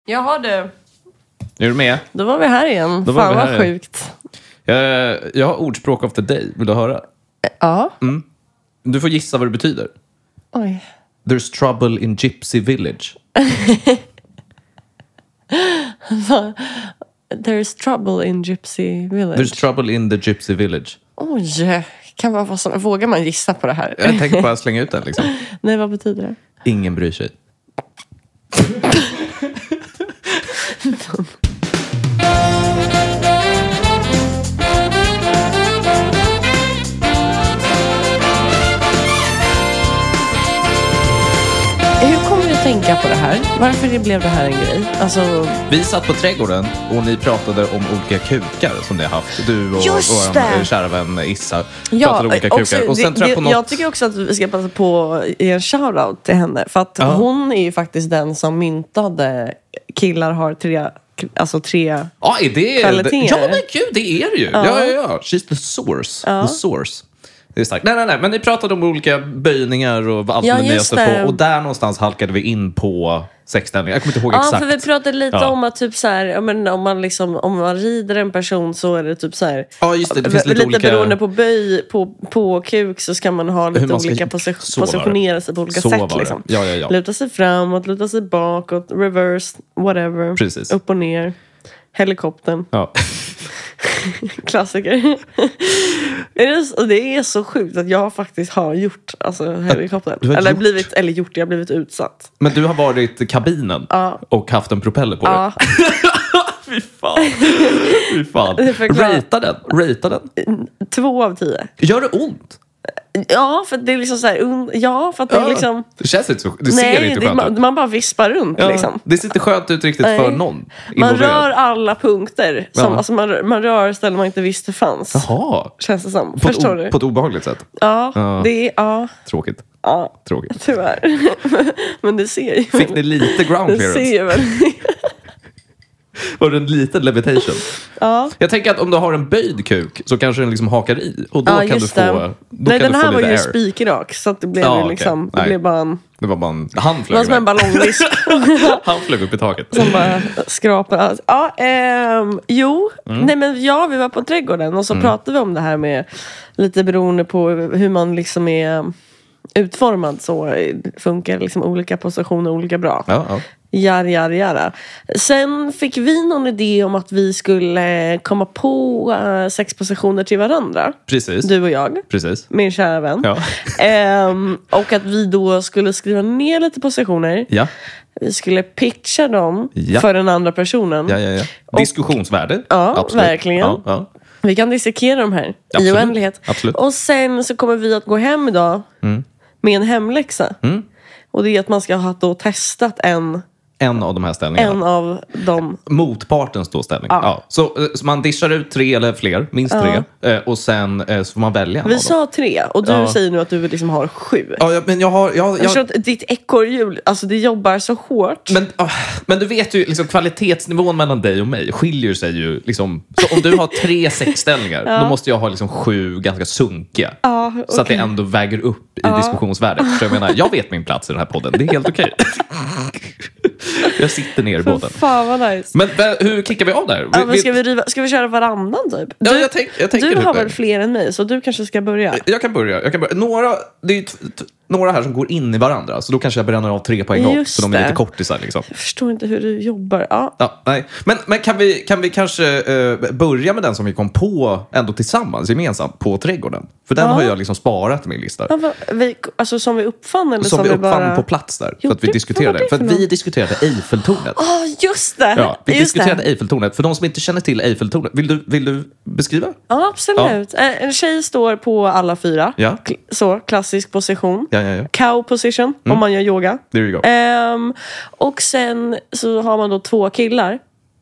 Jaha du. Är du med? Då var vi här igen. Då Fan vad sjukt. Jag har ordspråk of the day. Vill du höra? Ja. Mm. Du får gissa vad det betyder. Oj. There's trouble in Gypsy Village. There's trouble in Gypsy Village. There's trouble in the Gypsy Village. Oj. Kan vara vad som... Vågar man gissa på det här? Jag tänker bara slänga ut den liksom. Nej, vad betyder det? Ingen bryr sig. Hur kommer du att tänka på det här? Varför blev det här en grej? Alltså... Vi satt på trädgården och ni pratade om olika kukar som ni har haft. Du och vår kära vän Issa pratade om olika kukar. Och sen jag tycker också att vi ska passa på att ge en shoutout till henne. För att hon är ju faktiskt den som myntade killar har tre är det kvaliteter. Ja, men gud, det är det ju. Ja. She's the source. The source. Det är starkt. Nej. Men ni pratade om olika böjningar och allt som ni på. Och där någonstans halkade vi in på sexställningar. Jag kommer inte ihåg exakt. Ja, för vi pratade lite om att typ så här, men om man rider en person så är det typ så här. Ja, just det. Det finns lite olika... beroende på böj, på kuk så ska man ha lite olika positionera sig på olika sätt. Liksom. Ja. Luta sig framåt, luta sig bakåt, reverse, whatever. Precis. Upp och ner. Helikoptern. Ja. Klassiker. Det är så sjukt att jag faktiskt har gjort helikoptern. Jag har blivit utsatt. Men du har varit i kabinen och haft en propeller på dig. Fy fan. Rata den. 2 av 10. Gör det ont? Ja, för det är liksom så här, för att det är liksom... Det känns inte så... Det ser inte skönt ut. Man bara vispar runt liksom. Det ser inte skönt ut riktigt för någon. Man rör alla punkter. Alltså man rör ställen man inte visste fanns. Jaha. Känns det som. Förstår du? På ett obehagligt sätt. Ja, det är... Tråkigt. Ja, tråkigt. Tyvärr. Men det ser ju... Fick ni lite ground clearance? Det ser ju väl... Var det en liten levitation? Ja. Jag tänker att om du har en böjd kuk så kanske den liksom hakar i. Och då kan du få... Nej, den här var ju spikrak. Så att det blev liksom... Det blev bara en... Det var bara en... Han flög det var som en ballongvisk. Han flög upp i taket. Som bara skrapade. Nej men vi var på trädgården. Och så pratade vi om det här med... Lite beroende på hur man liksom är utformad. Så funkar liksom olika positioner olika bra. Ja. Jara. Sen fick vi någon idé om att vi skulle komma på 6 positioner till varandra. Precis. Du och jag. Precis. Min kära vän. Ja. Och att vi då skulle skriva ner lite positioner. Ja. Vi skulle pitcha dem för den andra personen. Ja. Diskussionsvärde. Ja, absolut. Verkligen. Ja. Vi kan dissekera de här i oändlighet. Absolut. Och sen så kommer vi att gå hem idag med en hemläxa. Och det är att man ska ha då testat en av de här ställningarna. En av dem. Motpartens då ställning. Ja. Så man dishar ut 3 eller fler. Minst 3. Och sen så får man välja. Vi sa 3. Och du säger nu att du liksom har 7. Ja, men jag tror att ditt ekorrhjul, alltså det jobbar så hårt. Men du vet ju, liksom, kvalitetsnivån mellan dig och mig skiljer sig ju. Liksom, så om du har 3 sexställningar, då måste jag ha liksom 7 ganska sunkiga. Okay. Så att det ändå väger upp i diskussionsvärdet. Så jag menar, jag vet min plats i den här podden. Det är helt okej. Jag sitter ner i båten. Fan vad nice. Men hur kickar vi av där? Ska vi köra varannan typ? Jag tänker du har väl fler än mig, så du kanske ska börja. Jag kan börja. Det är några här som går in i varandra. Så då kanske jag bränner av 3 på en gång. Så de är lite kortisar liksom. Jag förstår inte hur du jobbar. Ja, nej. Men kan vi kanske börja med den som vi kom på ändå tillsammans, gemensamt, på trädgården? För den har jag liksom sparat i min lista. Alltså som vi uppfann? Eller som vi uppfann bara... på plats där. För att vi diskuterade. För att vi diskuterade Eiffeltornet. Just det. Ja, vi diskuterade Eiffeltornet. För de som inte känner till Eiffeltornet, vill du beskriva? Ja, absolut. En tjej står på alla 4. Ja. Så, klassisk position. Ja. Cow position, om man gör yoga. There you go. Och sen så har man då 2 killar.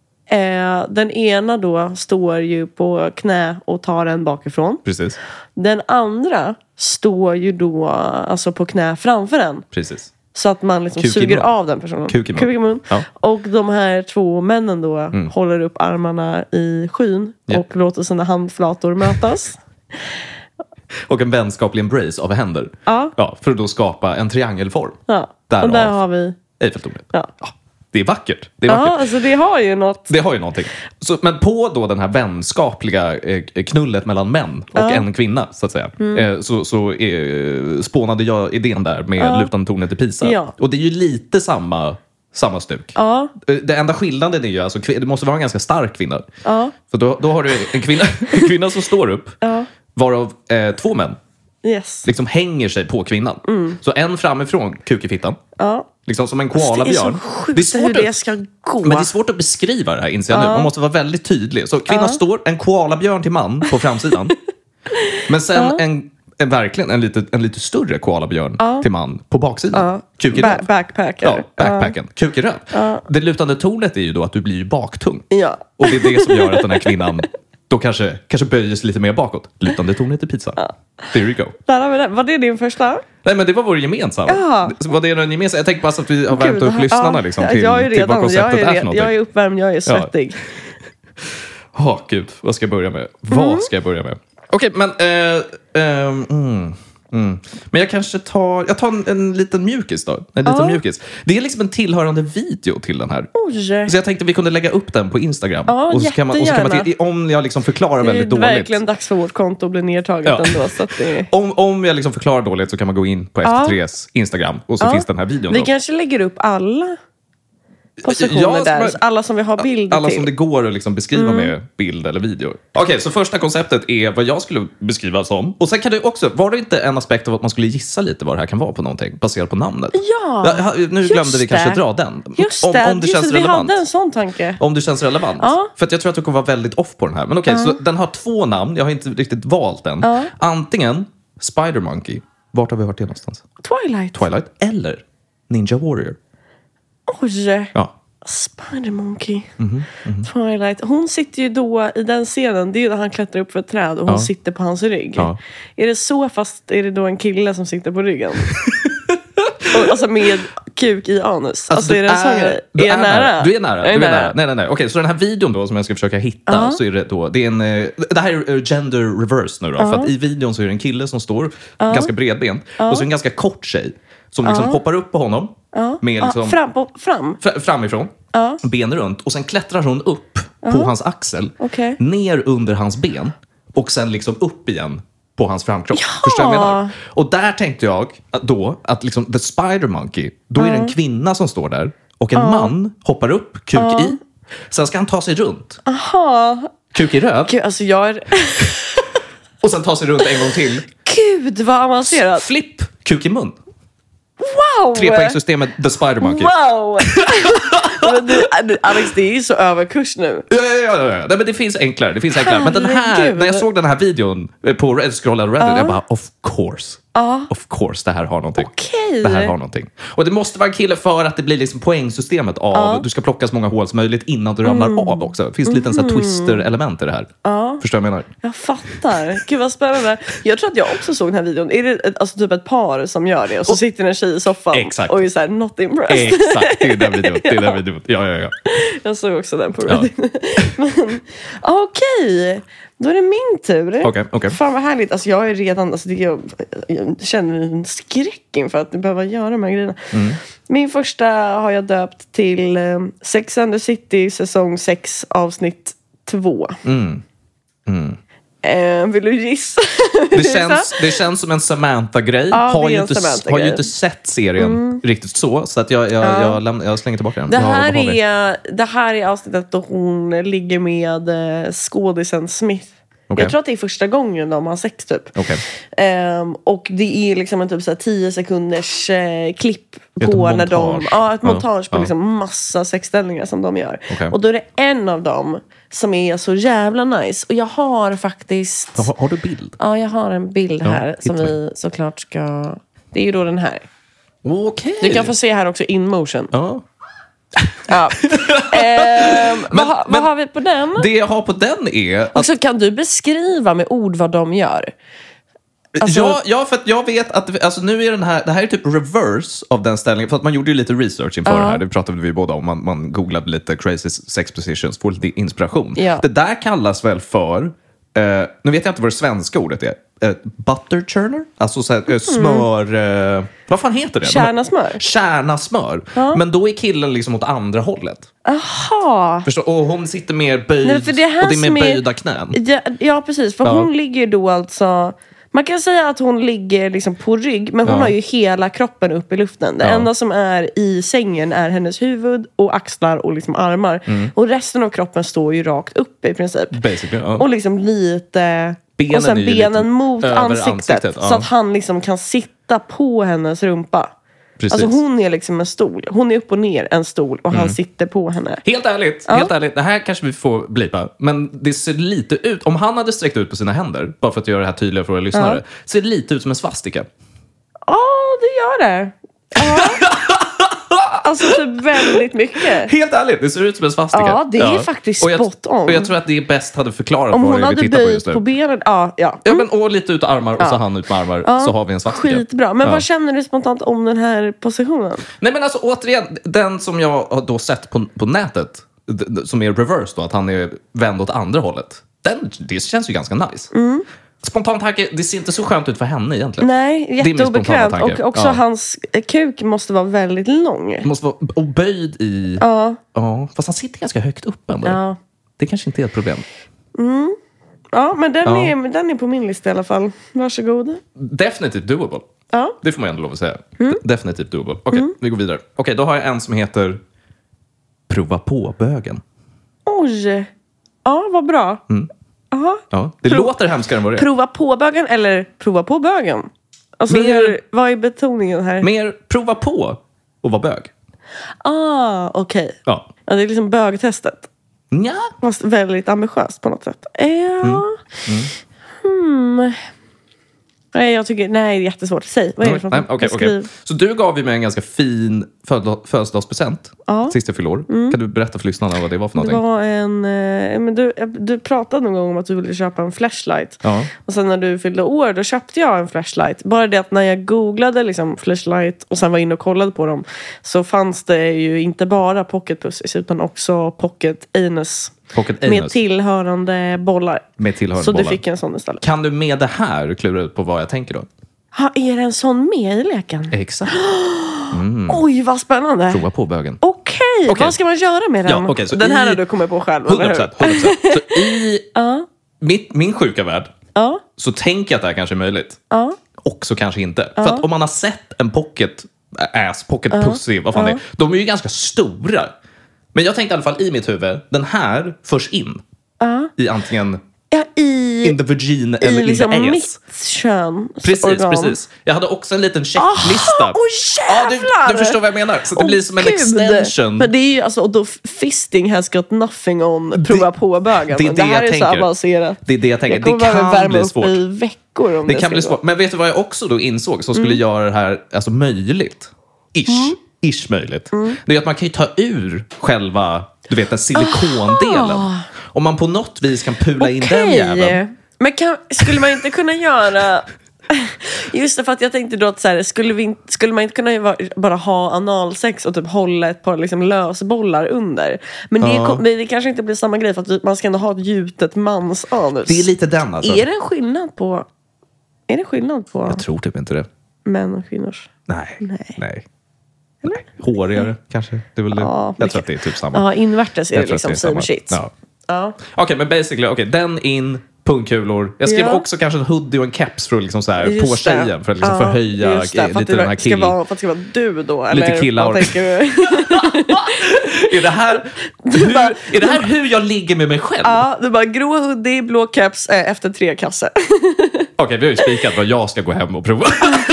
Den ena då står ju på knä och tar den bakifrån. Precis. Den andra står ju då alltså på knä framför den. Precis. Så att man liksom suger av den personen. Kuk i mun. Ja. Och de här 2 männen då håller upp armarna i skyn och låter sina handflator mötas. Och en vänskaplig embrace av händer. Ja, för att då skapa en triangelform. Ja, och där har vi Eiffeltornet. Ja. Det är vackert. Det är vackert. Ja, alltså det har ju något. Det har ju någonting. Men på då den här vänskapliga knullet mellan män och en kvinna, så att säga, så spånade jag idén där med lutande tornet i Pisa. Ja. Och det är ju lite samma stuk. Ja. Det enda skillnaden är ju, alltså, det måste vara en ganska stark kvinna. Ja. För då har du en kvinna som står upp, varav 2 män liksom hänger sig på kvinnan. Så en framifrån, kuk i fittan. Liksom som en koalabjörn. Det är så sjukt hur det ska gå. Men det är svårt att beskriva det här, inser jag nu. Man måste vara väldigt tydlig. Så kvinnan står, en koalabjörn till man på framsidan. Men sen verkligen en lite större koalabjörn till man på baksidan. Kuk i röv. Backpacker. Ja, backpacken. Kuk i röv. Det lutande tornet är ju då att du blir baktung. Ja. Och det är det som gör att den här kvinnan då kanske böjer sig lite mer bakåt. Lutande tornet i Pisa. There you go. Där har vi det. Var det din första? Nej, men det var vår gemensamma. Var det den gemensamma? Jag tänkte bara så att vi har värmt upp lyssnarna liksom, till vad konceptet är för någonting. Jag är uppvärmd, jag är svettig. Gud, vad ska jag börja med? Okej, men men jag kanske tar en liten mjukis då. Mjukis. Det är liksom en tillhörande video till den här. Så jag tänkte att vi kunde lägga upp den på Instagram. Och så kan man om jag liksom förklarar väldigt dåligt. Det är verkligen dags för vårt konto att bli nedtaget ändå. Så att det... om jag liksom förklarar dåligt så kan man gå in på Efter3s Instagram. Och så finns den här videon. Vi kanske lägger upp alla positioner där. Alla som vi har bilder alla till. Som det går att liksom beskriva med bild eller video. Okej, så första konceptet är vad jag skulle beskriva som. Och sen kan det också, var det inte en aspekt av att man skulle gissa lite vad det här kan vara på någonting baserat på namnet? Ja, nu glömde vi kanske dra den. Just det, om det känns relevant. Vi hade en sån tanke. Om det känns relevant. För att jag tror att du kommer vara väldigt off på den här. Men okej, så den har 2 namn. Jag har inte riktigt valt den. Antingen Spider Monkey. Vart har vi hört det någonstans? Twilight. Eller Ninja Warrior. Oj. Ja. Spider Monkey. Twilight. Hon sitter ju då i den scenen. Det är ju när han klättrar upp för ett träd och hon sitter på hans rygg. Är det så, fast är det då en kille som sitter på ryggen? Alltså med kuk i anus. Alltså är det en sån grej? Är jag nära? Du är nära. Nej. Okej, så den här videon då som jag ska försöka hitta, så är det då, det här är gender reverse nu då. För att i videon så är det en kille som står ganska bredbent och så en ganska kort tjej som liksom hoppar upp på honom med liksom framifrån, ben runt, och sen klättrar hon upp på hans axel, ner under hans ben och sen liksom upp igen på hans framkropp. Förstår jag menar? Och där tänkte jag att liksom The Spider Monkey, då är det en kvinna som står där och en man hoppar upp, kuk i. Sen ska han ta sig runt. Kuk i röv. Gud, alltså och sen ta sig runt en gång till. Gud, vad avancerat. Flipp, kuk i mun. Wow! 3-poängssystemet The Spider Monkey. Wow! Alex, det är ju så överkurs nu. Ja. Nej, men det finns enklare. Men den här, när jag såg den här videon på Reddit, jag bara, of course, det här har någonting. Det här har någonting. Och det måste vara en kille för att det blir liksom poängsystemet av du ska plocka så många hål som möjligt innan du ramlar av också. Det finns lite en sån här twister-element i det här. Förstår jag menar? Jag fattar. Gud vad spännande. Jag tror att jag också såg den här videon. Är det alltså typ ett par som gör det? Och så sitter en tjej i soffan och är så här not impressed. Exakt, det är den videon. Ja. Jag såg också den på Reddit. Men okej. Då är det min tur. Okej. Fan vad härligt. Alltså jag är redan, jag känner en skräck inför att behöva göra de här grejerna. Min första har jag döpt till Sex and the City säsong 6 avsnitt 2. Vill du gissa? Det känns som en Samantha-grej. Har ju inte sett serien riktigt så att jag slänger tillbaka den. Det här är avsnittet då hon ligger med skådisen Smith. Jag tror att det är första gången de har sex typ. Och det är liksom en typ så här 10 sekunders klipp på när de ett montage på liksom massa sexställningar som de gör. Och då är det en av dem som är så jävla nice. Och jag har faktiskt... Har du bild? Ja, jag har en bild här som vi såklart ska... Det är ju då den här. Du kan få se här också in motion. Vad har vi på den? Det jag har på den är... Och så kan du beskriva med ord vad de gör. Alltså... Ja, för att jag vet att alltså, nu är det här är typ reverse av den ställningen. För att man gjorde ju lite research inför det här. Det pratade vi båda om. Man googlade lite crazy sex positions, får lite inspiration. Det där kallas väl för... nu vet jag inte vad det svenska ordet är. butter churner. Alltså så här, smör... vad fan heter det? Kärnasmör. Ja. Men då är killen liksom åt andra hållet. Aha. Förstår? Och hon sitter mer böjd. Nej, och det är mer böjda knän. Ja, precis. För hon ligger då alltså... Man kan säga att hon ligger liksom på rygg. Men hon har ju hela kroppen upp i luften. Det enda som är i sängen är hennes huvud och axlar och liksom armar. Och resten av kroppen står ju rakt upp i princip. Basically, och liksom lite... och sen benen mot ansiktet. Så att han liksom kan sitta på hennes rumpa. Precis. Alltså hon är liksom en stol. Hon är upp och ner en stol och han sitter på henne. Helt ärligt. Det här kanske vi får blipa. Men det ser lite ut, om han hade sträckt ut på sina händer, bara för att göra det här tydligare för våra lyssnare, ser det lite ut som en svastika. Ja, det gör det. Alltså typ väldigt mycket. Helt ärligt, det ser ut som en svastika. Ja, det är faktiskt spot on. Och jag tror att det bäst hade förklarat om vad hon hade böjt på benen. Ja, men och lite ut armar och så han ut med armar, så har vi en svastika. Skitbra. Men vad känner du spontant om den här positionen? Nej, men alltså återigen, den som jag har då sett på nätet, som är reverse då, att han är vänd åt andra hållet. Det känns ju ganska nice. Spontant tanke, det ser inte så skönt ut för henne egentligen. Nej, jätteobekvämt. Och också hans kuk måste vara väldigt lång. Måste vara och böjd i... Ja. Fast han sitter ganska högt upp ändå. Ja. Det kanske inte är ett problem. Ja, men den är på min lista i alla fall. Varsågod. Definitivt doable. Ja. Det får man ändå lov att säga. Definitivt doable. Okej, vi går vidare. Okej, då har jag en som heter Prova på-bögen. Oj! Ja, vad bra. Ja, det låter hemskare än vad det är. Prova på bögen eller prova på bögen? Alltså vad är betoningen här? Mer prova på och vara bög. Okej. Ja, det är liksom bögtestet. Ja. Fast väldigt ambitiöst på något sätt. Nej, det är jättesvårt. Säg, vad är det för något? Okej. Så du gav mig en ganska fin födelsedagspresent sist jag fyllde år. Kan du berätta för lyssnarna vad det var för någonting? Det var du pratade någon gång om att du ville köpa en flashlight. Och sen när du fyllde år, då köpte jag en flashlight. Bara det att när jag googlade liksom flashlight och sen var inne och kollade på dem, så fanns det ju inte bara pocket pussies utan också pocket anus. Med tillhörande bollar. Så du fick en sån istället. Kan du med det här klura ut på vad jag tänker då? Är det en sån med i leken? Exakt. Oj, vad spännande. Prova på bögen. Okej. Vad ska man göra med den? Så den här har du kommit på själv, 100%. Så i min sjuka värld så tänker jag att det här kanske är möjligt. Och så kanske inte. För att om man har sett en pocket pussy, vad fan det är, de är ju ganska stora. Men jag tänkte i alla fall i mitt huvud, den här förs in i antingen in the vagina eller liksom in the ass. Mitt kön. Precis. Jag hade också en liten checklista. Du förstår vad jag menar. Så det blir som en extension. Men det är ju alltså, och då fisting has got nothing on prova på bögen. Det här är så avancerat. Det är det jag tänker. Det kan bli svårt. I veckor om det kan bli svårt. Men vet du vad jag också då insåg som skulle göra det här alltså möjligt? Ish möjligt. Det är att man kan ju ta ur själva, du vet, den silikondelen. Om man på något vis kan pula in den jäveln. Men skulle man inte kunna göra... Just det, för att jag tänkte då att så här, skulle man inte kunna bara ha analsex och typ hålla ett par liksom lösbollar under. Men det kanske inte blir samma grej, för att man ska ändå ha ett gjutet mansanus. Det är lite den alltså. Är det en skillnad på... Jag tror typ inte det. Män och kvinnors? Nej. Hårigare kanske. Det är väl det. Jag tror att det är typ samma. Ja, invärtes är det liksom same shit. Okej, men basically, den in, pungkulor. Jag skrev också kanske en hoodie och en caps för att liksom så här på tjejen, för att liksom förhöja lite den här killen. För att det ska vara du då, eller? Lite killar. Är det här hur jag ligger med mig själv? Ja, du bara grå hoodie, blå caps efter 3 kassar. Okej, vi har ju spikat vad jag ska gå hem och prova.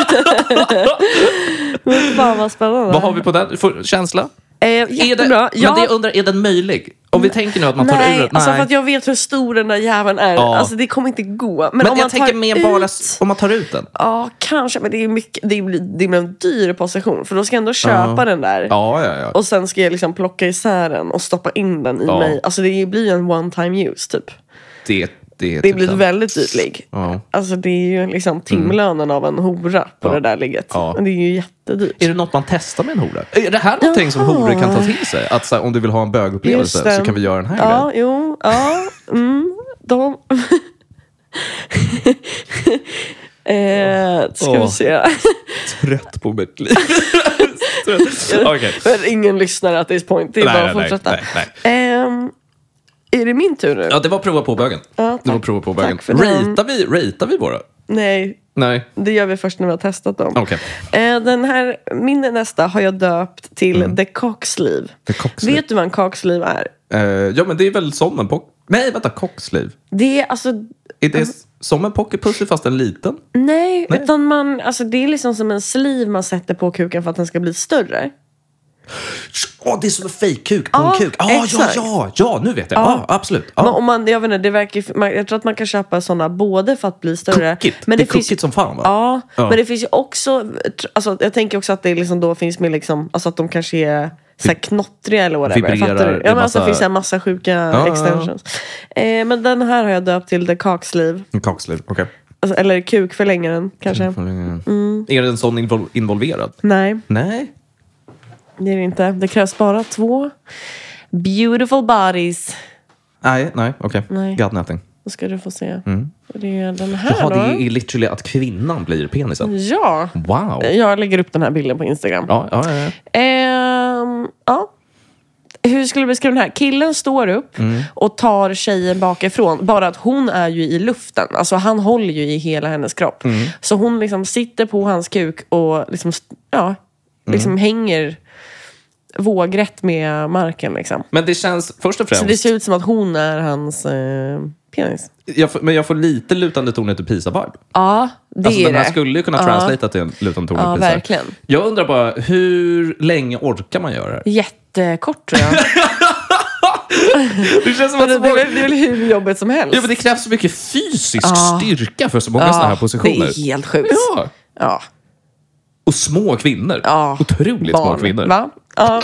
Men fan vad spännande. Vad har vi på den? Får känsla? Jättebra. Men det jag undrar, är den möjlig? Om vi tänker nu att man tar ur den. Alltså för att jag vet hur stor den där jäveln är. Alltså det kommer inte gå. Men om jag tänker mer bara om man tar ut den. Ja, kanske. Men det är mycket, det blir en dyr position. För då ska jag ändå köpa den där. Ja. Och sen ska jag liksom plocka isär den och stoppa in den i mig. Alltså det blir en one time use typ. Det blir väldigt dyrt ligg. Alltså det är ju liksom timlönen av en hora på det där ligget. Det är ju jättedyrt. Är det något man testar med en hora? Är det här någonting som horor kan ta till sig? Att så här, om du vill ha en bögupplevelse så kan vi göra den här grejen? Ska vi se. Trött på mitt liv. Okay. Ingen lyssnar at this point. Det är bara att fortsätta. Nej. Är det min tur nu? Ja, det var prova på bögen. Ja, det var prova på bögen. Ratear vi våra? Nej. Det gör vi först när vi har testat dem. Okay. Min nästa har jag döpt till The Cocksleeve. Vet du vad en cocksleeve är? Ja, men det är väl som en Nej, vänta, cocksleeve. Det är alltså... Är det som en pocketpussy fast en liten? Nej, utan det är liksom som en sleeve man sätter på kuken för att den ska bli större. Det är som en fake-kuk på en kuk. Ja, nu vet jag. Absolut. Jag vet inte, jag tror att man kan köpa sådana både för att bli större. Men det finns som fan, va? Ja, men det finns ju också, alltså, jag tänker också att det liksom då finns med liksom, alltså att de kanske är så här knottriga eller whatever. Vibrerar. Ja, men alltså finns det en massa sjuka extensions. Men den här har jag döpt till The Cocksleeve. Cocksleeve, okej. Alltså, eller kukförlängaren kanske. Är det en sån involverad? Nej. Det är det inte. Det krävs bara 2 beautiful bodies. Nej, okej. Got nothing. Då ska du få se. Det är den här då. Det är literally att kvinnan blir penisen. Ja. Wow. Jag lägger upp den här bilden på Instagram. Ja. Hur skulle du beskriva den här? Killen står upp och tar tjejen bakifrån. Bara att hon är ju i luften. Alltså han håller ju i hela hennes kropp. Så hon liksom sitter på hans kuk och liksom hänger vågrätt med marken liksom. Men det känns först och främst... Så det ser ut som att hon är hans penis. Men jag får lite lutande tornet och Pisa-vibe. Ja, det alltså, är det. Den här skulle ju kunna translata till en lutande tornet och Pisa. Ja, verkligen. Jag undrar bara, hur länge orkar man göra det här? Jättekort tror jag. Det känns som att det är väl hur jobbigt som helst. Ja, men det krävs så mycket fysisk styrka för så många sådana här positioner. Det är helt sjukt. Ja. Och små kvinnor. Otroligt små kvinnor. Va? Ja.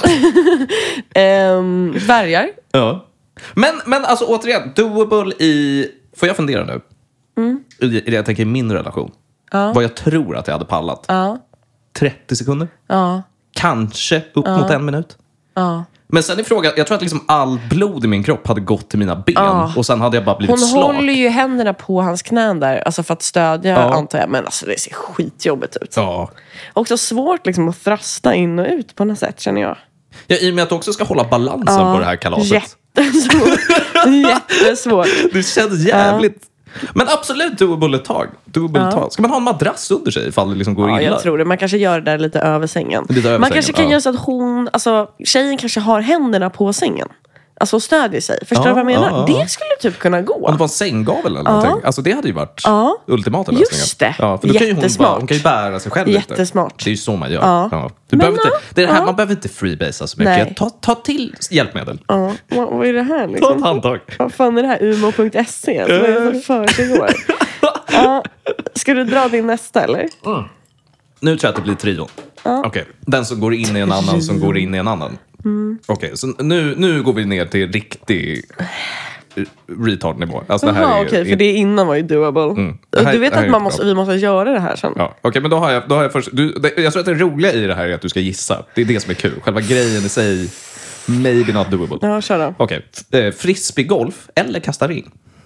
Dvärgar. Ja. Men alltså återigen, doable i... Får jag fundera nu? I det jag tänker i min relation. Vad jag tror att jag hade pallat. 30 sekunder. Kanske upp mot 1 minut. Men sen är frågan, jag tror att liksom all blod i min kropp hade gått till mina ben. Och sen hade jag bara blivit slak. Hon håller ju händerna på hans knän där. Alltså för att stödja, antar jag. Men alltså det ser skitjobbigt ut. Också svårt liksom att thrasta in och ut på något sätt, känner jag. Ja, i och med att du också ska hålla balansen på det här kalaset. Jättesvårt. Det känns jävligt... Men absolut doable ett tag. Ska man ha en madrass under sig ifall det liksom går illa? Ja, jag tror det. Man kanske gör det där lite över sängen. Man kanske kan göra så att tjejen kanske har händerna på sängen. Alltså stödjer sig. Förstår du vad jag menar? Det skulle typ kunna gå. Om det var en sänggavel eller någonting. Alltså det hade ju varit ultimata lösningen. Just det. För då kan ju hon kan ju bära sig själv lite. Jättesmart. Det är ju så man gör. Du behöver inte, det här, man behöver inte freebasea så mycket. Ta till hjälpmedel. Vad är det här liksom? Ta ett handtag. Vad fan är det här? Umo.se. Vad är det för försiggår? Ska du dra din nästa eller? Nu tror jag att det blir trion. Okej. Den som går in i en annan som går in i en annan. Okej, så nu går vi ner till riktig retard-nivå. Alltså det här okej, för det innan var ju doable. Du vet att vi måste göra det här sen. Okej, men då har jag först... jag tror att det roliga i det här är att du ska gissa. Det är det som är kul. Själva grejen i sig, maybe not doable. Ja, kör då. Okej, frisbeegolf eller kasta ring?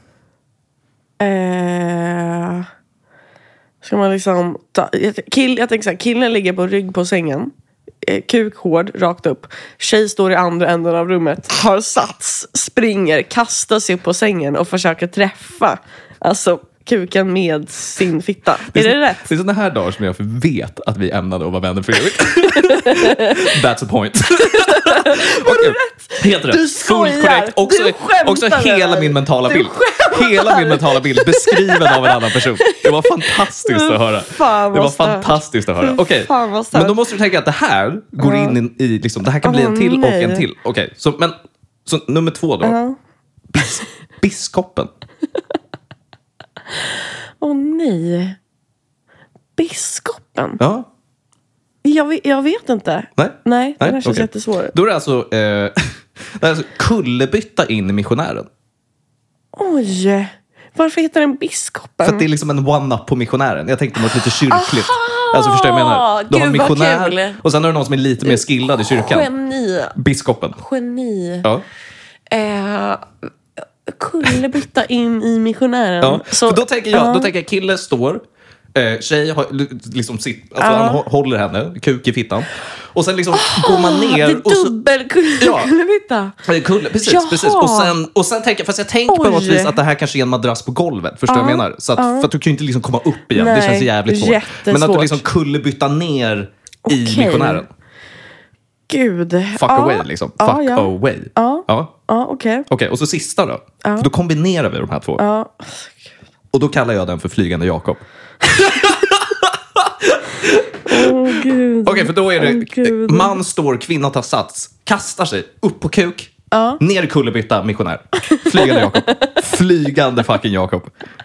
Ska man liksom... jag tänker så här, killen ligger på rygg på sängen. Kuk hård, rakt upp. Tjej står i andra änden av rummet. Har sats, springer, kastar sig upp på sängen och försöker träffa alltså kuken med sin fitta. Är det rätt? Det är sådana här dagar som jag vet att vi ämnade att vara vänner för evigt. That's a point. Okay. Helt rätt. Du skojar. Fullt korrekt. Också hela min mentala bild. Hela min mentala bild beskriven av en annan person. Det var fantastiskt att höra. Det var fantastiskt att höra. Okej, men då måste du tänka att det här går in i liksom, det här kan bli en till och en till. Okej, så nummer 2 då. Biskopen. Nej. Biskopen? Ja. Jag vet inte. Nej, det här känns jättesvår. Då är det alltså, kullerbytta in i missionären. Oj, varför heter den biskopen? För att det är liksom en one-up på missionären. Jag tänkte något lite kyrkligt. Alltså förstår jag menar? Du har missionär och sen är det någon som är lite mer skillad i kyrkan. Geni. Biskopen. Geni. Ja. kullerbytta in i missionären. Ja, så, för då tänker jag kille står, tjej har liksom han håller henne, kuk i fittan. Och sen liksom går man ner. Det är dubbelkullerbytta. Precis. Och sen tänker jag tänker på något vis att det här kanske är en madrass på golvet. Förstår jag menar? Så att, för att du kan ju inte liksom komma upp igen. Nej, det känns jävligt svårt. Men att du liksom kullerbytta ner i missionären. Gud. Fuck away liksom. Fuck away. Okej, och så sista då. För då kombinerar vi de här två. Och då kallar jag den för Flygande Jakob. Okej, för då är det man står, kvinna tar sats, kastar sig upp på kuk, ner i kullerbytta, missionär. Flygande Jakob. Flygande fucking Jakob.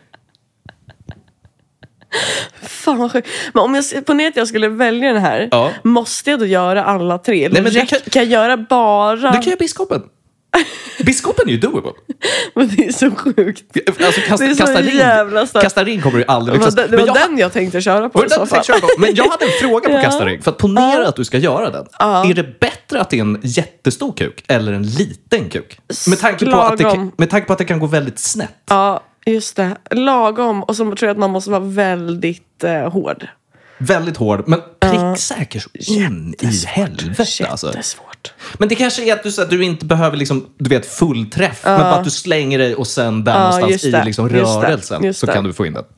Fan vad sjukt. Men om jag på att jag skulle välja den här, måste jag då göra alla tre? Eller nej, men kan jag göra bara... Du kan göra biskopen. Biskopen är ju doable. Men det är så sjukt. Alltså, kasta ring kommer du aldrig lyckas. Det var den jag tänkte köra på. Men jag hade en fråga på kasta ring. För att ponera att du ska göra den. Är det bättre att det är en jättestor kuk eller en liten kuk? Med tanke på att det kan gå väldigt snett. Ja, just det. Lagom. Och så tror jag att man måste vara väldigt hård. Väldigt hård, men pricksäker så in i helvete. Jättesvårt. Men det kanske är att du inte behöver liksom, du vet, full träff. Men bara att du slänger dig och sen där någonstans i liksom rörelsen så kan du få in den.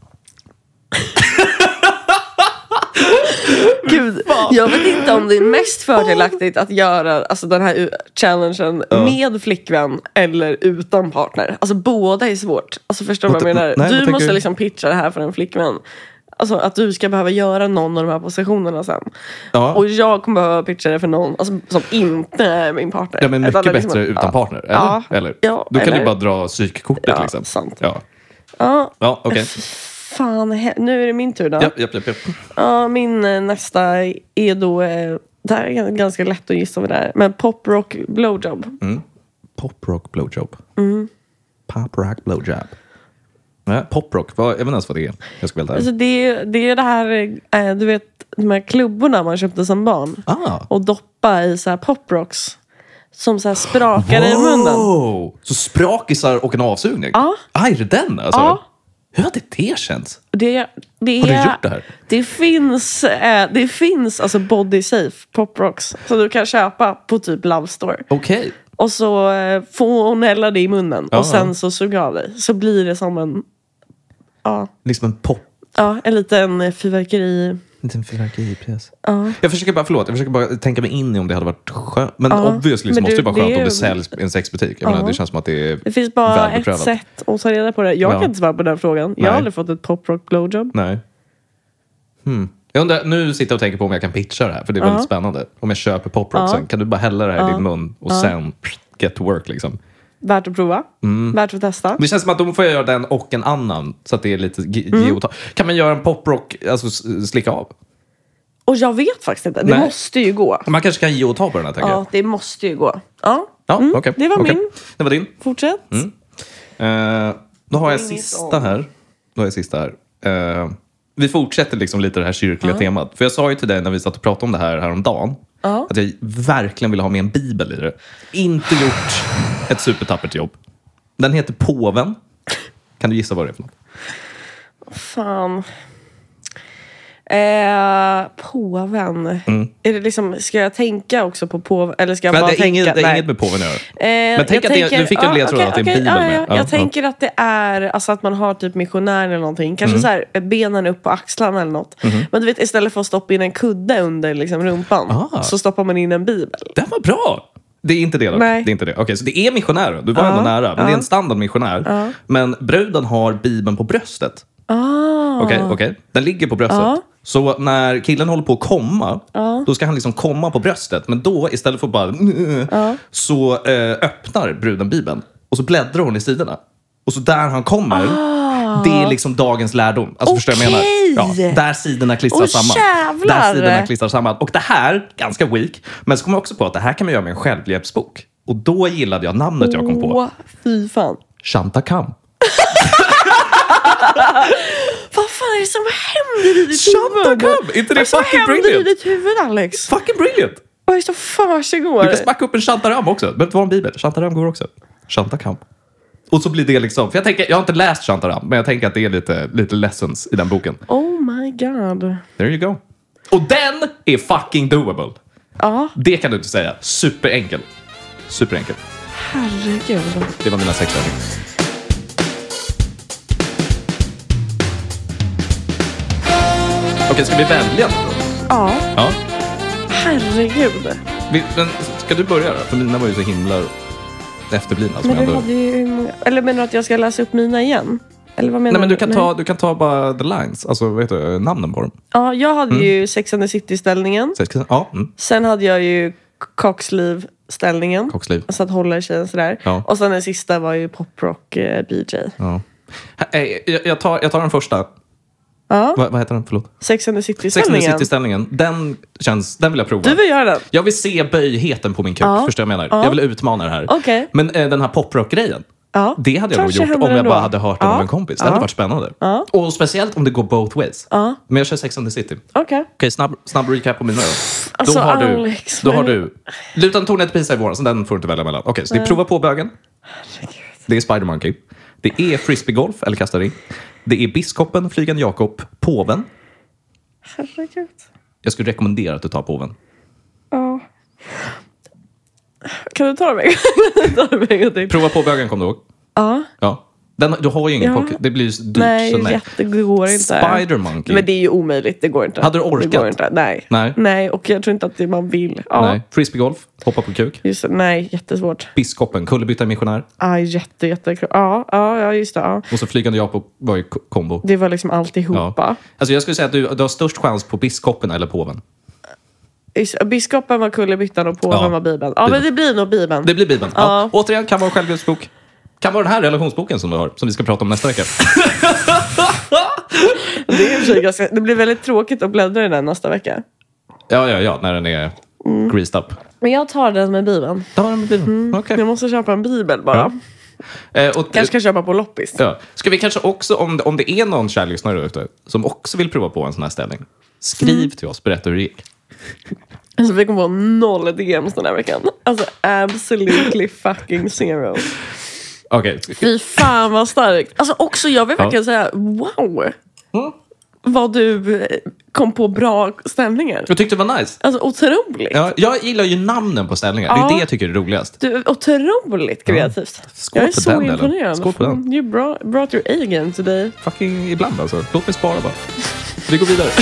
Gud, jag vet inte om det är mest fördelaktigt att göra alltså, den här challengen med flickvän eller utan partner. Alltså båda är svårt. Alltså förstår du vad jag menar? Du måste liksom pitcha det här för en flickvän. Alltså att du ska behöva göra någon av de här positionerna sen. Ja. Och jag kommer behöva pitcha det för någon alltså, som inte är min partner. Ja, men mycket bättre liksom, utan partner, eller? Ja. Eller? Ja, då kan du bara dra psykkortet liksom. Sant. Ja, okej. Fan, nu är det min tur då. Japp. Ja, min nästa är då... Det här är ganska lätt att gissa vad det är. Men pop rock blowjob. Pop rock blowjob. Pop rock blowjob. Nej, poprock, jag vet inte ens vad det är. Jag ska välja alltså det är det här, du vet, de här klubborna man köpte som barn. Och doppa i så här poprocks. Som så här sprakar i munnen. Så sprakisar och en avsugning? Ja. Är det den alltså? Ja. Hur hade det känts? Har du gjort det här? Det finns alltså body safe poprocks. Så du kan köpa på typ Love Store. Okej. Och så får hon hälla det i munnen. Och sen så suger av dig. Så blir det som en... Liksom en pop. Ja, en liten fyrverkeri... En liten fyrverkeripjäs. Jag försöker bara tänka mig in i om det hade varit skönt. Men obviously så måste det vara skönt om det säljs i en sexbutik. Jag menar, det känns som att det är det finns bara ett sätt att ta reda på det. Jag kan inte svara på den frågan. Nej. Jag har aldrig fått ett poprock blowjob. Nej. Jag undrar, nu sitter jag och tänker på om jag kan pitcha det här. För det är väldigt spännande. Om jag köper poprocksen, kan du bara hälla det här i din mun och sen get to work liksom. Värt att prova. Värt att testa. Det känns som att då får jag göra den och en annan. Så att det är lite Kan man göra en poprock, alltså slicka av? Och jag vet faktiskt inte. Det måste ju gå. Man kanske kan ge och ta på den här, tänker jag. Ja, det måste ju gå. Okay. Det var min. Det var din. Fortsätt. Då har jag sista här. Vi fortsätter liksom lite det här kyrkliga temat. För jag sa ju till dig när vi satt och pratade om det här häromdagen att jag verkligen vill ha med en bibel i det. Inte gjort ett supertappert jobb. Den heter Påven. Kan du gissa vad det är för något? Fan. Påven. Är det liksom, ska jag tänka också på påven? Eller ska jag bara tänka? Det är inget med påven att göra. Men tänk att du fick en ledtråd att det är Bibeln med. Jag tänker att det är alltså att man har typ missionär eller någonting. Kanske så här, benen upp på axlarna eller något. Men du vet, istället för att stoppa in en kudde under liksom, rumpan så stoppar man in en bibel. Det var bra! Det är inte det då? Nej. Det är inte det. Okej, så det är missionär. Du var ändå nära. Men det är en standard missionär. Men bruden har Bibeln på bröstet. Okej. Den ligger på bröstet. Så när killen håller på att komma, då ska han liksom komma på bröstet. Men då, istället för bara så öppnar bruden Bibeln. Och så bläddrar hon i sidorna. Och så där han kommer, det är liksom dagens lärdom. Alltså förstår jag menar? Ja, där sidorna klistrar samman. Jävlar. Där sidorna klistrar samman. Och det här, ganska weak. Men så kommer jag också på att det här kan man göra med en självhjälpsbok. Och då gillade jag namnet jag kom på. Fy fan. Shanta Kam. Vad fan är det som händer i ditt huvud? Inte det fucking brilliant? Vad händer i ditt huvud, Alex? Fucking brilliant! Vad är det som försiggår? Du kan smacka upp en Shantaram också. Det behöver inte vara en bibel. Shantaram går också. Shanta Kam. Och så blir det liksom, för jag har inte läst Shantaram, men jag tänker att det är lite lessons i den boken. Oh my god. There you go. Och den är fucking doable. Ja. Det kan du inte säga. Superenkel. Herregud. Det var mina 6 övningar. Okej, ska vi välja då? Ja. Herregud. Men ska du börja då? För mina var ju så himla efterblivna. Men du hade ju... Eller menar du att jag ska läsa upp mina igen? Eller vad menar Nej, men du kan ta bara the lines. Alltså, vet du, namnen på dem. Ja, jag hade ju Sex and the City-ställningen. Ja. Sen hade jag ju Coxleave-ställningen. Alltså att hålla tjejen sådär. Ja. Och sen den sista var ju poprock BJ. Ja. Jag tar den första. Ja. Vad heter den? Förlåt. Sex and the City-ställningen. Den vill jag prova. Du vill göra den? Jag vill se böjheten på min kuk. Förstår jag menar? Jag vill utmana det här. Okay. Men den här poprock-grejen. Ja. Det hade jag nog gjort om jag bara hade hört den av en kompis. Det hade varit spännande. Ja. Och speciellt om det går both ways. Ja. Men jag kör Sex and the City. Okej, snabb recap på mina då. Alltså, då har du Lutan tornet till Pisa i våren, så den får du inte välja mellan. Okej, så det är prova på bögen. Det är Spider Monkey. Det är frisbeegolf eller kasta ring. Det är biskopen, flygande Jakob, påven. Herregud. Jag skulle rekommendera att du tar påven. Ja. Kan du ta det med? Prova på bögen, kom du ihåg? Ja. Du har ju ingen pocket. Det blir dyrt. Nej, det går inte. Spider Monkey. Men det är ju omöjligt. Det går inte. Hade du orkat? Det går inte. Nej. Och jag tror inte att det man vill. Ja. Nej. Frisbeegolf. Hoppa på kuk. Just det. Nej, jättesvårt. Biskopen. Kullerbytta missionär. Jättekul. Ja, just det. Ja. Och så flygande Jakob var ju kombo. Det var liksom alltihopa. Ja. Alltså jag skulle säga att du har störst chans på biskopen eller påven. Biskopen var kullerbyttan och påven var Bibeln. Ja, men det blir nog Bibeln. Det blir Bibeln. Ja. Återigen, kan vara en självhjälpsbok. Kan vara den här relationsboken som du har, som vi ska prata om nästa vecka. Det blir väldigt tråkigt att bläddra i den nästa vecka. Ja, när den är greased up. Men jag tar den med Bibeln. Okay. Jag måste köpa en Bibel bara. Kanske ska köpa på loppis. Ja. Ska vi kanske också, om det är någon kärlyssnare ute som också vill prova på en sån här ställning, skriv till oss, berätta hur det gick. Alltså vi kommer få 0 DMs den här veckan. Alltså absolutely fucking zero. Okej. Fy fan vad starkt. Alltså också jag vill verkligen säga wow. Vad du kom på bra ställningar. Jag tyckte det var nice. Alltså otroligt. Ja, jag gillar ju namnen på ställningar. Det är det jag tycker är roligast. Du är otroligt kreativt. Jag är så imponerad. Skål på den. You brought your A-game today. Fucking ibland alltså. Låt mig spara bara. Vi går vidare.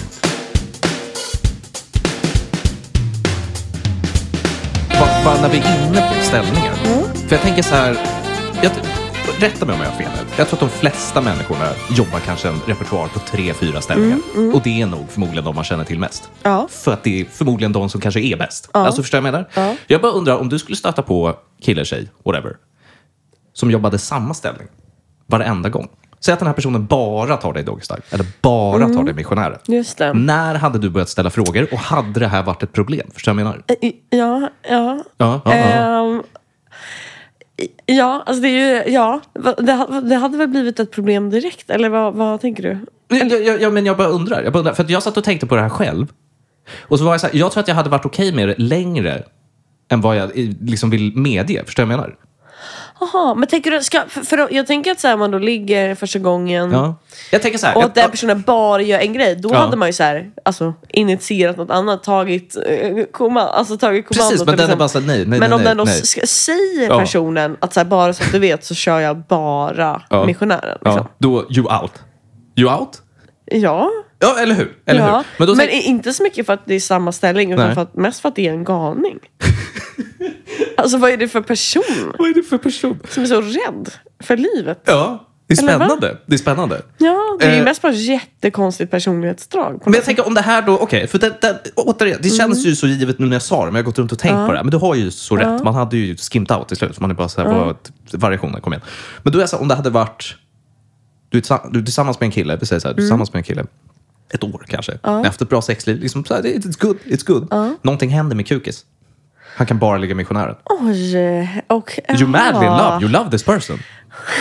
Bara när vi är inne på ställningar. För jag tänker så här. Rätta mig om jag har fel. Jag tror att de flesta människorna jobbar kanske en repertoar på 3-4 ställningar. Och det är nog förmodligen de man känner till mest. För att det är förmodligen de som kanske är bäst. Alltså förstår jag vad jag menar? Jag bara undrar om du skulle stöta på kille, tjej, whatever, som jobbade samma ställning varenda gång. Säg att den här personen bara tar dig dogstyle eller bara tar dig missionären. Just det. När hade du börjat ställa frågor och hade det här varit ett problem? Förstår jag vad jag menar? Ja, alltså det är ju, det hade väl blivit ett problem direkt, eller vad tänker du? Men jag bara undrar, för att jag satt och tänkte på det här själv. Och så var jag så här, jag tror att jag hade varit okej med det längre än vad jag liksom vill medge, förstår jag vad jag menar? Jaha, men tänker du, för jag tänker att så här, man då ligger första gången jag tänker så här, och att den personen bara gör en grej, då hade man ju så här, alltså, initierat något annat, tagit kommando. Precis, men den är bara så nej. Men om den då säger personen att så här, bara så att du vet så kör jag bara missionären. Liksom. Då, you out? Ja, eller hur? Men inte så mycket för att det är samma ställning, utan mest för att det är en galning. Alltså vad är det för person? Som är så rädd för livet? Ja, det är spännande. Ja, det är mest bara jättekonstigt personlighetsdrag. Men jag tänker om det här då, för återigen, det känns ju så givet nu när jag sa det, men jag har gått runt och tänkt på det. Men du har ju så rätt, man hade ju skimmed out till slut. Man är bara så här, variationer, kom igen. Men då är jag så här, om det hade varit, du är tillsammans med en kille, vi säger så här, du är tillsammans med en kille ett år kanske, efter ett bra sexliv, liksom så här, it's good. Någonting händer med kukis. Han kan bara ligga missionären. Oj, och... You madly in love. You love this person.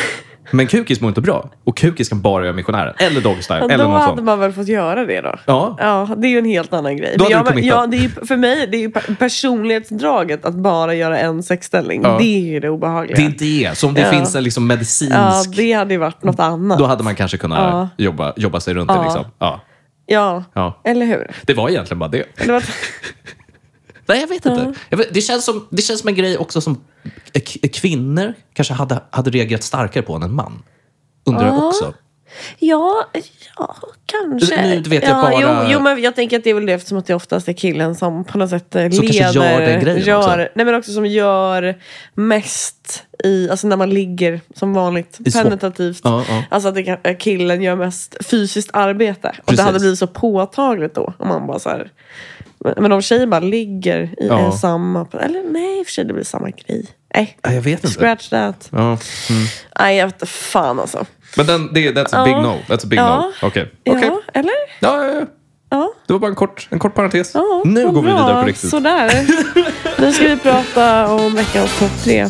Men kukis mår inte bra. Och kukis kan bara göra missionären. Eller dogstyle. Eller då något hade sånt. man väl fått göra det då. Ja. Det är ju en helt annan grej. Då Men det är ju, för mig, det är ju personlighetsdraget att bara göra en sexställning. Det är ju det obehagliga. Det är det. Så om det finns en liksom medicinsk... Ja, det hade ju varit något annat. Då hade man kanske kunnat jobba sig runt det liksom. Ja, eller hur? Det var egentligen bara det. Nej, jag vet inte. Det känns som en grej också som kvinnor kanske hade reagerat starkare på än en man. Undrar jag också. Ja, kanske. Nu vet jag bara... Jo, men jag tänker att det är väl det eftersom att det oftast är killen som på något sätt leder. Som kanske gör den grejen också. Nej, men också som gör mest alltså när man ligger som vanligt penetrativt. Alltså att killen gör mest fysiskt arbete. Och det hade blivit så påtagligt då. Om man bara så här... Men om tjejer bara ligger i samma... Eller nej, för sig det blir samma grej. Nej, jag vet inte. Scratch that. Nej, jag vet inte fan alltså. Men that's a big no. That's a big no. Okej. Ja, eller? Ja. Det var bara en kort parentes. Nu går vi vidare på riktigt. Sådär. Nu ska vi prata om veckans topp 3.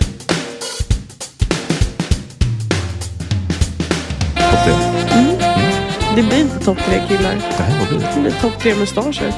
Topp 3? Det blir inte topp 3 killar. Vad blir det? Det blir topp 3 mustascher.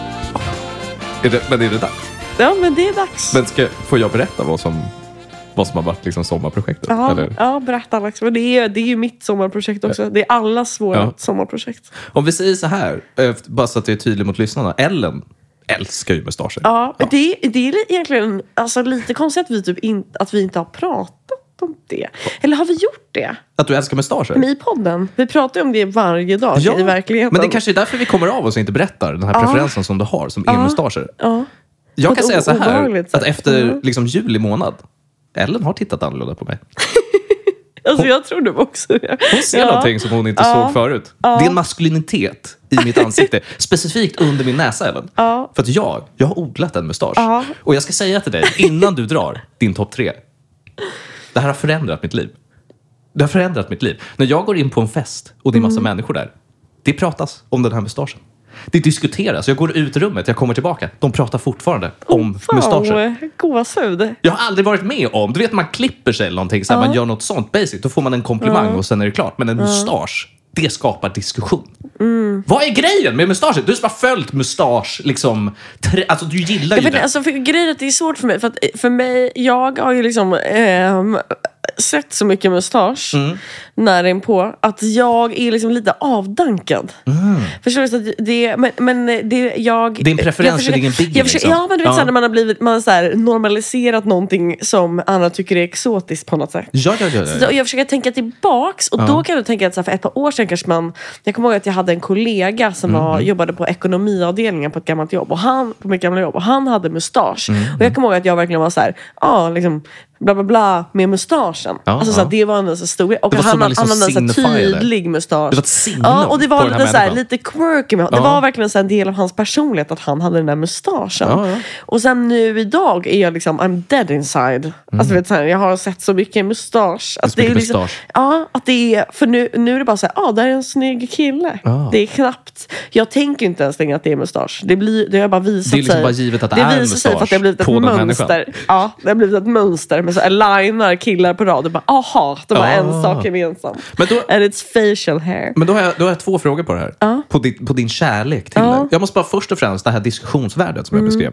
Men är det dags? Ja, men det är dags. Men får jag berätta vad som har varit liksom sommarprojektet? Ja, berätta Alex. Men det är ju mitt sommarprojekt också. Det är allas vårt sommarprojekt. Om vi säger så här, bara så att det är tydligt mot lyssnarna. Ellen älskar ju mustascher. Ja. Det är egentligen alltså, lite konstigt att vi inte har pratat om det. Eller har vi gjort det? Att du älskar mustascher? I podden. Vi pratar ju om det varje dag i verkligheten. Men det kanske är därför vi kommer av oss och inte berättar den här preferensen som du har, som är mustascher. Jag kan säga så här, att efter liksom juli månad, Ellen har tittat annorlunda på mig. Alltså jag tror det också det. Hon ser någonting som hon inte såg förut. Det är en maskulinitet i mitt ansikte. Specifikt under min näsa även. För att jag har odlat en mustasch. Och jag ska säga till dig, innan du drar din topp 3. Det här har förändrat mitt liv. Det har förändrat mitt liv. När jag går in på en fest och det är massa människor där. Det pratas om den här mustaschen. Det diskuteras. Jag går ut i rummet, jag kommer tillbaka. De pratar fortfarande om mustascher. Gåshud. Jag har aldrig varit med om. Du vet, man klipper sig eller någonting. Så man gör något sånt basic. Då får man en komplimang och sen är det klart. Men en mustasch, det skapar diskussion. Vad är grejen med mustaschen? Du som har följt mustasch liksom, alltså du gillar ju det. Alltså, för grejen är att det är svårt för mig. För mig, jag har ju liksom sett så mycket mustasch när den på att jag är liksom lite avdankad. Förstår du? Så att din preferens är ingen biggie liksom. Ja, men du vet såhär, när man har så här normaliserat någonting som andra tycker är exotiskt på något sätt. Ja. Så jag försöker tänka tillbaks och då kan du tänka att så här, för ett par år sedan kanske jag kommer ihåg att jag hade en kollega som jobbade på ekonomiavdelningen på ett gammalt jobb på mitt gamla jobb och han hade mustasch. Och jag kommer ihåg att jag verkligen var så här, liksom bla bla bla med mustaschen. Alltså så att det var en så stor och han hade en så tydlig mustasch. Det var ett signum och det var lite så här, lite quirky med. Det var verkligen så en del av hans personlighet att han hade den där mustaschen. Och sen nu idag är jag liksom I'm dead inside. Alltså vet så här, jag har sett så mycket mustasch. Alltså, det är liksom, att det är för nu är det bara så här, där är en snygg kille. Det är knappt. Jag tänker inte ens längre att det är mustasch. Det har bara visat sig. Det är liksom bara givet att det är mustasch sig för att det har blivit ett mönster. Ja, det har blivit ett mönster med så alignar killar på rad och bara, de har en sak gemensamt. And it's facial hair. Men då har jag 2 frågor på det här. På din kärlek till det. Jag måste bara först och främst det här diskussionsvärdet som jag beskrev.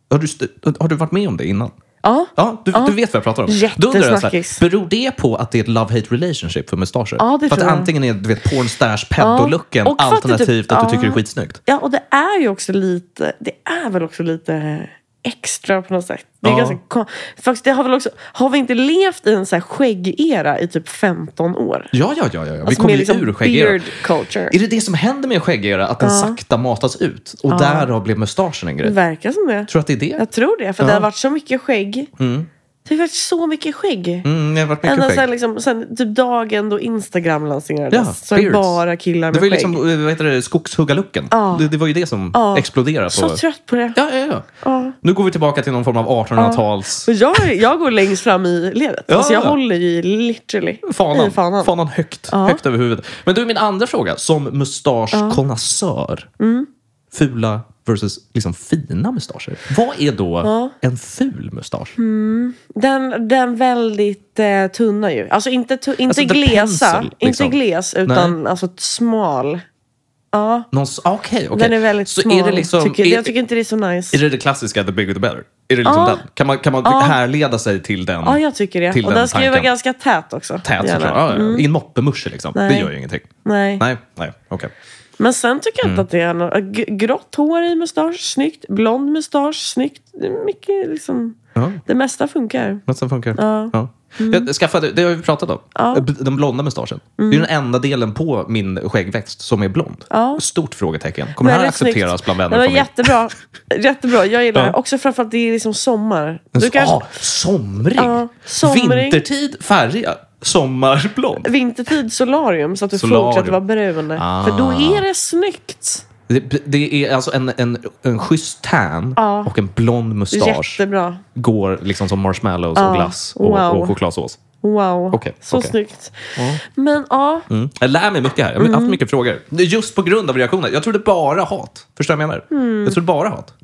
Har du varit med om det innan? Du vet vad jag pratar om. Då undrar jag så här, beror det på att det är ett love-hate relationship för mustascher? Det för att antingen är det pornstash pedo-looken alternativt att du tycker det är skitsnyggt. Ja, och det är ju också lite, det är väl också lite extra på något sätt. Det är ganska faktiskt, det har väl också, har vi inte levt i en så här skäggera i typ 15 år? Ja. Alltså vi kommer liksom ur skäggera. Beard culture. Är det som händer med skäggera att den sakta matas ut och därav blev mustaschen en grej? Det verkar som det. Tror att det är det? Jag tror det, för det har varit så mycket skägg. Det har varit så mycket skägg. Det har varit mycket skägg. Sen typ dagen då Instagram lanserades så är det bara killar med skägg. Det var ju liksom, skogshuggarlooken. Det var ju det som exploderade. Så trött på det. Ja. Nu går vi tillbaka till någon form av 1800-tals... Jag går längst fram i ledet. Alltså jag håller ju literally i fanan. Fanan högt över huvudet. Men då är min andra fråga, som mustaschkonnassör. Fula versus liksom fina mustascher. Vad är då en ful mustasch? Den väldigt tunna ju. Alltså inte glesa. Pencil, liksom. Inte gles, utan alltså smal. Ja. Okej. Den är väldigt så smal. Är det liksom, jag tycker inte det är så nice. Är det klassiska the bigger the better? Är det liksom den? Kan man härleda sig till den? Ja, jag tycker det. Och den ska ju vara ganska tät också. Tät såklart. I en moppemusche liksom. Nej. Det gör ju ingenting. Nej, okej. Men sen tycker jag inte att det är något grått hår i mustasch, snyggt. Blond mustasch, snyggt. Det är mycket liksom... Det mesta funkar. Ja. Jag skaffade, det har vi pratat om. Den blonda mustaschen. Det är den enda delen på min skäggväxt som är blond. Stort frågetecken. Kommer det här accepteras bland vänner och familj? Det var jättebra. Jag gillar det. Också framför att det är liksom sommar. Somrig. Vintertid färga. Sommarblond. Vintertid solarium så att du fortsätter vara brun. För då är det snyggt. Det är alltså en schysst tan och en blond mustasch. Jättebra. Går liksom som marshmallows och glass och chokladsås. Wow, så snyggt. Men Jag lär mig mycket här. Jag har haft mycket frågor. Just på grund av reaktioner. Jag trodde bara hat. Förstår du vad jag menar? Jag trodde bara hat.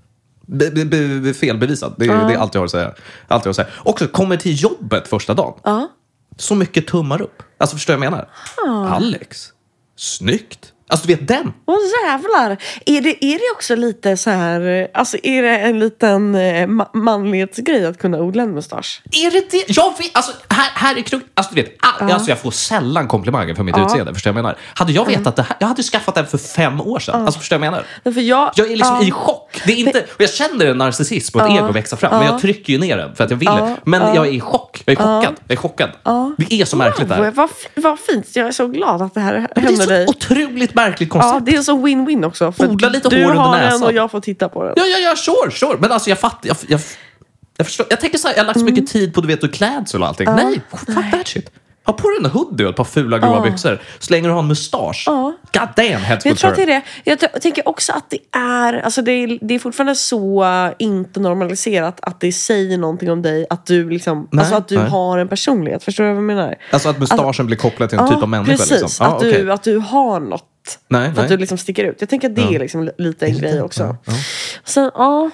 Felbevisat. Det är allt jag har att säga. Också kommer till jobbet första dagen. Så mycket tummar upp. Alltså förstår du vad jag menar? Alex. Snyggt. Alltså du vet den. Åh jävlar. Är det också lite så här, alltså är det en liten manlighetsgrej att kunna odla en mustasch? Är det? Jag vet, alltså här är krok. Alltså du vet, alltså jag får sällan komplimanger för mitt utseende, förstår jag menar. Hade jag vetat det här, jag hade skaffat den för 5 år sedan. Alltså förstår jag menar. För jag är liksom i chock. Det är inte, och jag känner en narcissism och ett ego växa fram, men jag trycker ju ner den för att jag vill det. Men jag är i chock. Jag är chockad. Det är så märkligt det här. Vad fint. Jag är så glad att det här händer dig. Det är så otroligt märkligt koncept. Ja, det är så win-win också. För odla lite hår under näsan. Du har den och jag får titta på den. Ja, sure. Men alltså jag fattar. Jag förstår. Jag tänker så här, jag har lagt så mycket tid på klädsel och allting. Nej, fuck that shit. Ha på dig en hoodie och ett par fula gråa byxor. Så länge du har en mustasch. God damn, heads jag tror att det är det. Jag tänker också att det är... Alltså det är fortfarande så inte normaliserat att det säger någonting om dig. Att du liksom... Alltså att du har en personlighet. Förstår du vad jag menar? Alltså att mustaschen blir kopplad till en typ av människa. Precis. Liksom. Att du har något. För att du liksom sticker ut. Jag tänker att det är liksom lite en grej också. Sen,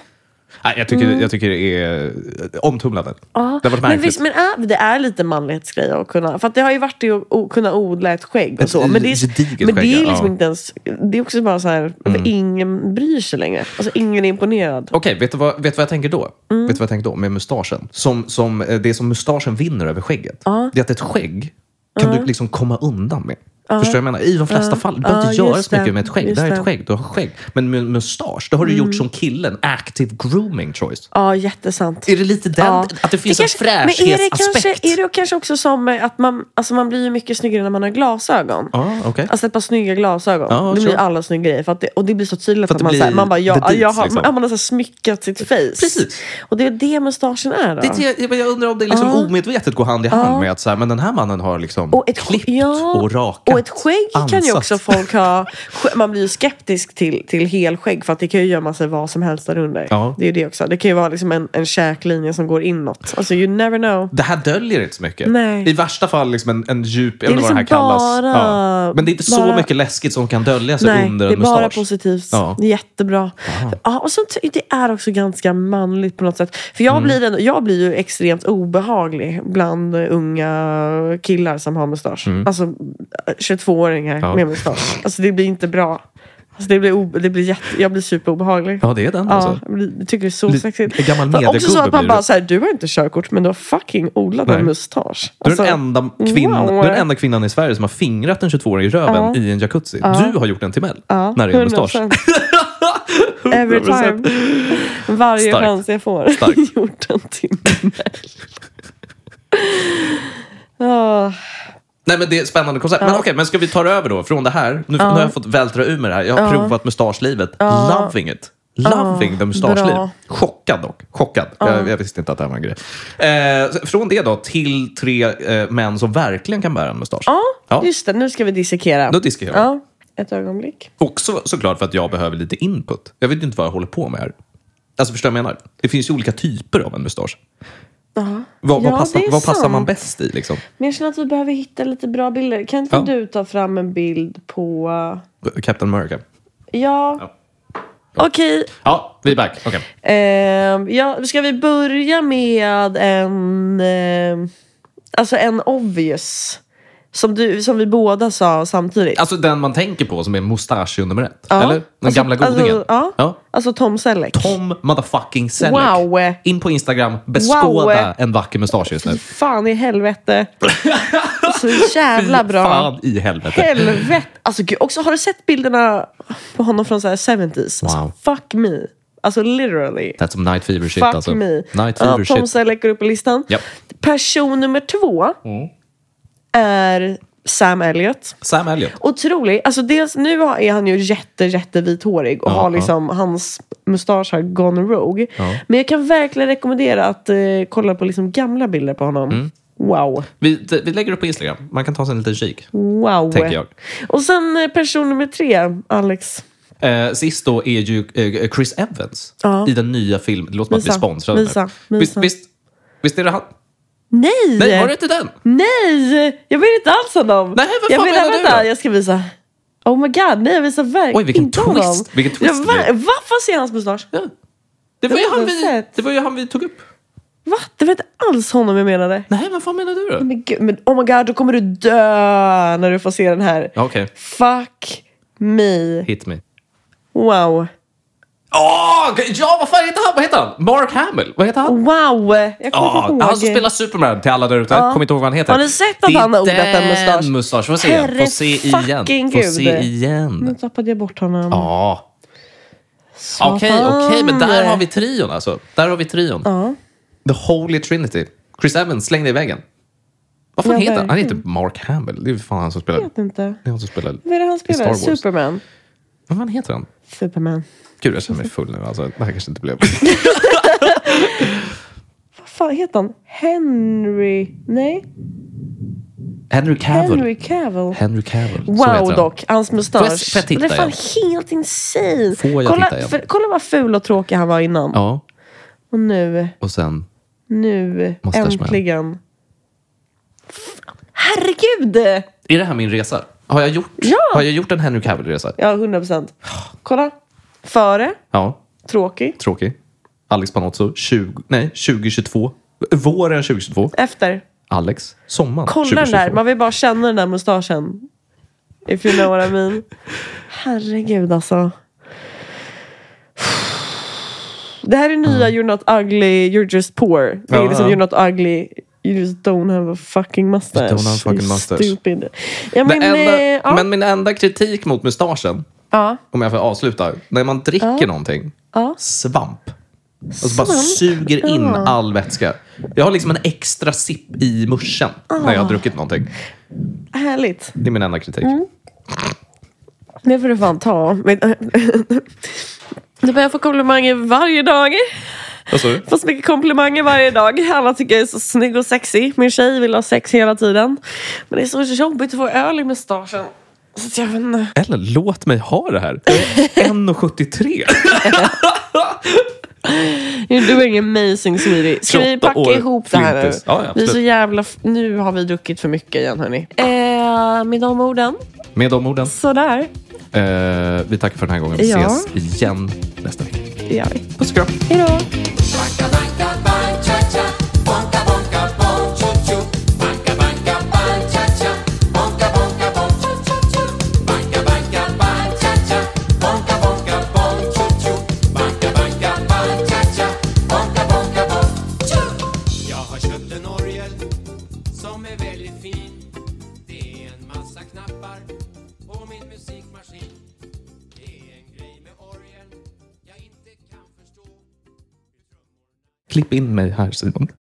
jag tycker det är omtumlande. Det har varit märkligt. Men det är lite manlighetsgrej att kunna. För att det har ju varit det att kunna odla ett skägg och så. Men det är liksom inte ens. Det är också bara så här. Ingen bryr sig längre. Alltså ingen är imponerad. Okej, vet du vad jag tänker då? Vet du vad jag tänker då med mustaschen? Det som mustaschen vinner över skägget. Det är att ett skägg kan du liksom komma undan med. Förstår du vad jag menar? I de flesta fall. Du behöver inte göra så mycket med ett skägg. Det här är ett skägg, du har skägg. Men med mustasch, då har du gjort som killen. Active grooming choice. Ja, jättesant. Är det lite den? Att det finns en fräschhetsaspekt? Är det kanske också som att man blir ju mycket snyggare när man har glasögon. Okay. Alltså ett par snygga glasögon. Det blir alla snygga för att och det blir så tydligt att man bara, man har så smyckat sitt face. Precis. Och det är det mustaschen är då. Jag undrar om det liksom omedvetet går hand i hand med att så här, men den här mannen har liksom klippt och rakat. Och ett skägg kan ju också folk ha. Man blir ju skeptisk till helskägg för att det kan ju gömma sig vad som helst där under. Det är ju det också. Det kan ju vara liksom en käklinje som går inåt. Alltså you never know. Det här döljer inte så mycket. Nej. I värsta fall liksom en djup, jag vet inte liksom vad det här kallas. Men det är inte så mycket läskigt som kan dölja sig under en mustasch. Det är bara positivt. Det är jättebra. Och så det är också ganska manligt på något sätt. För jag blir ju extremt obehaglig bland unga killar som har mustasch. Alltså 22-åringar med mustasch. Alltså det blir inte bra. Alltså jag blir superobehaglig. Ja, det är den alltså. Jag tycker det är så sexigt. Gammal mediegubbe. Också så att man bara så här, du har inte körkort men du har fucking odlat en mustasch. Alltså, du är den enda kvinnan i Sverige som har fingrat en 22-åring i röven i en jacuzzi. Du har gjort den till Mel när det är en mustasch. Every time. Varje chans jag får. Gjort den till Mel. Nej, men det är ett spännande koncept. Men okej, men ska vi ta det över då från det här? Nu har jag fått vältra ur med det här. Jag har provat mustaschlivet. Loving it. Loving the mustaschliv. Chockad dock. Jag visste inte att det här var en grej. Från det då till 3 män som verkligen kan bära en mustasch. Ja, just det. Nu ska vi dissekera. Då dissekerar vi. Ett ögonblick. Också såklart för att jag behöver lite input. Jag vet inte vad jag håller på med här. Alltså förstår jag menar? Det finns ju olika typer av en mustasch. Vad passar man bäst i liksom? Men jag känner att vi behöver hitta lite bra bilder. Kan inte du ta fram en bild på Captain America? Ja. Okej. Ja, vi är back. Okay. Ska vi börja med en obvious som vi båda sa samtidigt. Alltså den man tänker på som är Mustachio nummer 1. Eller? Den gamla godingen. Alltså Tom Selleck. Tom motherfucking Selleck. Wow. In på Instagram. Beskåda en vacker mustasch just nu. Fan i helvete. Så jävla bra. Fan i helvete. Alltså gud, också har du sett bilderna på honom från så här 70s? Wow. Alltså, fuck me. Alltså literally. That's some night fever shit. Fuck alltså. me. Night fever Tom shit. Selleck går upp på listan. Yep. Person nummer 2 är Sam Elliott. Sam Elliott. Otrolig. Alltså dels nu är han ju jättevithårig och har liksom hans mustasch har gone rogue. Men jag kan verkligen rekommendera att kolla på liksom gamla bilder på honom. Wow. Vi lägger upp på Instagram. Man kan ta sig en liten kik. Wow. Tänker jag. Och sen person nummer 3, Alex. Sist då är ju Chris Evans i den nya filmen. Det låter som att vi sponsrar Visst är det han? Nej, var det inte den? Nej, jag vet inte alls honom. Nej, vad fan menar du då? Jag ska visa. Oh my god, nej jag visar verkligen. Oj, vilken twist. Vilken twist. Varför ser hans mustasch? Ja. Det var ju han vi tog upp. Va? Det var inte alls honom jag menade. Nej, vad fan menar du då? Men oh my god, då kommer du dö när du får se den här. Okej. Fuck me. Hit me. Wow. Ja, vad heter han? Mark Hamill. Vad heter han? Wow. Jag kommer inte ihåg. Han som spelar Superman till alla där ute. Kommer inte ihåg vad han heter. Har ni sett att han har odlat en mustasch? Mustasch. Får se igen. Nu tappade jag bort honom. Ja. Okej, men där har vi trion alltså. The Holy Trinity. Chris Evans, släng dig i väggen. Vad fan heter han? Han heter Mark Hamill. Det är fan han som spelar. Jag vet inte. Det är han som spelar. Vad är det han spelar? Superman. Vad fan heter han? Superman. Gud, jag känner mig full nu. Alltså, det här kanske inte blev. Vad fan heter han? Henry Cavill. Wow dock, hans mustasch. Det är fan helt insane. Kolla vad ful och tråkig han var innan. Ja. Och nu. Och sen. Nu, äntligen. Herregud! Är det här min resa? Har jag gjort en Henry Cavill-resa? Ja, 100%. Kolla. Före. Ja. Tråkig. Alex Panozzo. 2022. Våren 2022. Efter. Alex. Sommaren. Kolla 2022. Den där. Man vill bara känna den där mustaschen. If you know what I mean. Herregud alltså. Det här är nya You're not ugly, you're just poor. Det är liksom You're not ugly, you just don't have a fucking mustache. Don't have a fucking mustache. Stupid. Men min enda kritik mot mustaschen, om jag får avsluta, när man dricker någonting, svamp. Alltså bara suger in all vätska. Jag har liksom en extra sipp i muschen när jag har druckit någonting. Härligt. Det är min enda kritik. Det får du fan ta. Du börjar få komplimanger varje dag. Vad sa du? Får så mycket komplimanger varje dag. Alla tycker jag är så snygg och sexy. Min tjej vill ha sex hela tiden. Men det är så jobbigt att få öl i mustaschen. Så jag vet inte. Eller låt mig ha det här. Jag är 1,73. You're doing amazing, sweetie. Ska vi packa ihop det här nu? Ja, vi är så jävla... Nu har vi druckit för mycket igen, hörni. Med de orden. Sådär. Vi tackar för den här gången. Vi ses igen nästa vecka. Det gör vi. Puss och kram. Hej då. Klipp in mig här, Simon.